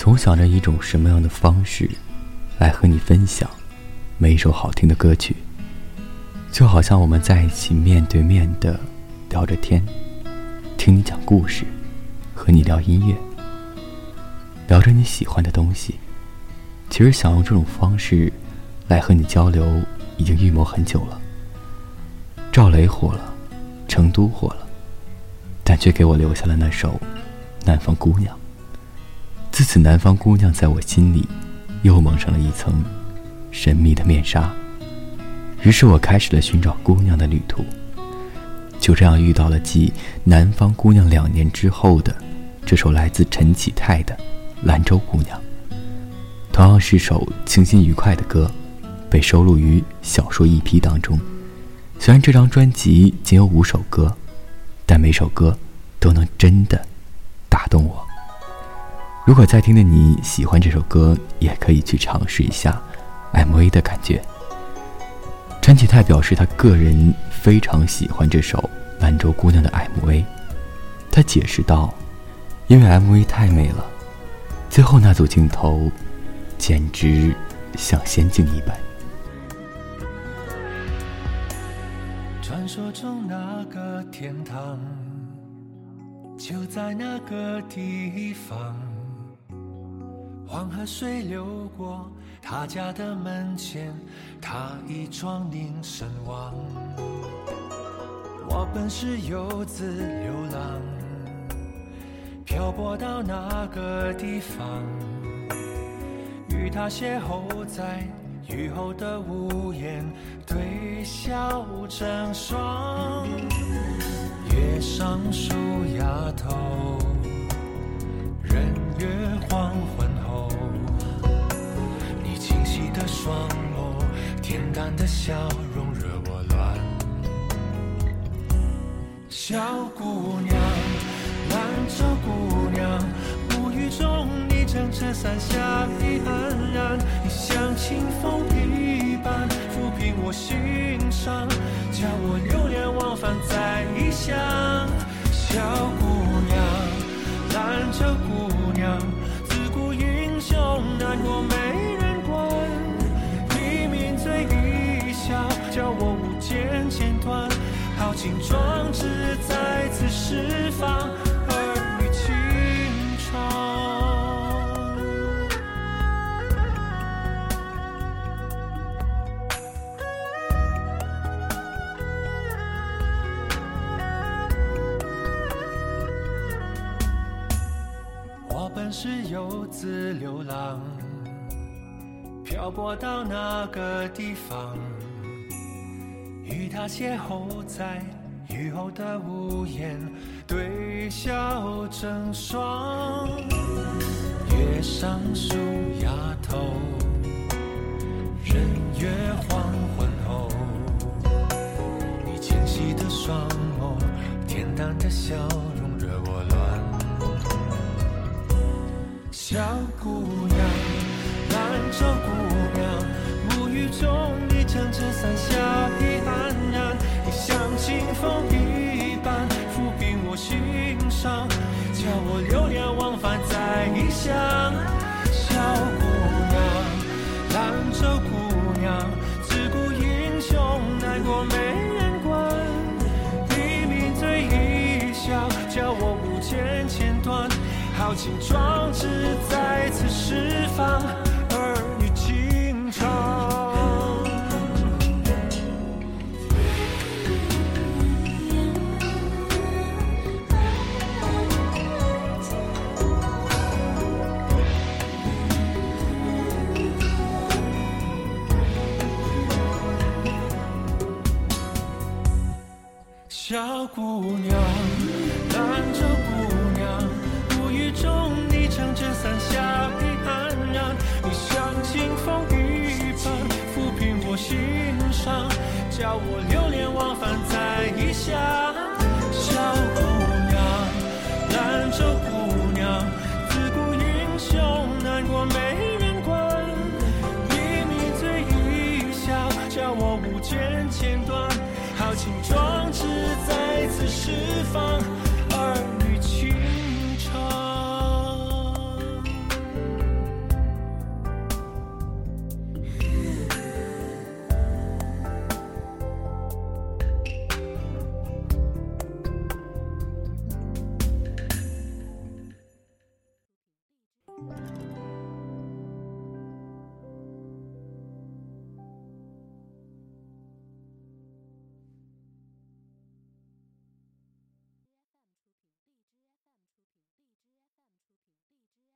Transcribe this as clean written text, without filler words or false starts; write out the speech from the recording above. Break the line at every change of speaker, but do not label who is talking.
总想着一种什么样的方式来和你分享每一首好听的歌曲，就好像我们在一起面对面的聊着天，听你讲故事，和你聊音乐，聊着你喜欢的东西。其实想用这种方式来和你交流已经预谋很久了。赵雷火了，成都火了，但却给我留下了那首《南方姑娘》。自此，南方姑娘在我心里又蒙上了一层神秘的面纱。于是我开始了寻找姑娘的旅途，就这样遇到了继《南方姑娘》2年之后的这首来自陈启泰的《兰州姑娘》。同样是首清新愉快的歌，被收录于小说EP当中。虽然这张专辑仅有5首歌，但每首歌都能真的打动我。如果在听的你喜欢这首歌，也可以去尝试一下 MV 的感觉。陈启泰表示他个人非常喜欢这首《兰州姑娘》的 MV。 他解释道，因为 MV 太美了，最后那组镜头简直像仙境一般。
传说中那个天堂就在那个地方，黄河水流过他家的门前，他已壮年身亡。我本是游子流浪，漂泊到那个地方，与他邂逅在雨后的屋檐，对笑成双。月上树丫头，人约黄昏后，你清晰的双眸，恬淡的笑容惹我乱。小姑娘，兰州姑娘，暮雨中你撑着伞下彼安然，你像清风一般抚平我心伤，叫我流连忘返在异乡。小姑娘，兰州姑娘，自古英雄难过没人管，你抿嘴一笑，叫我无间剪断，豪情壮志再次释放，儿女情长。我本是游子流浪，漂泊到那个地方，与他邂逅在雨后的屋檐，对笑成双。月上树丫头，人约黄昏后，你清晰的双眸，恬淡的笑容惹我乱。小姑娘，兰州姑娘，暮雨中你撑着伞下彼安然，你像清风一般抚平我心伤，叫我流连忘返在异乡。小姑娘，兰州姑娘，自古英雄难过没人管，你抿嘴一笑，叫我无间剪断，豪情壮志再次释放，儿女情长。小姑娘，兰州姑娘，暮雨中你撑着伞下彼安然，你像清风一般抚平我心伤，叫我流连忘返在异乡。小姑娘，兰州姑娘，自古英雄难过没人管，你抿嘴一笑，叫我无间剪断，豪情壮志再次释放。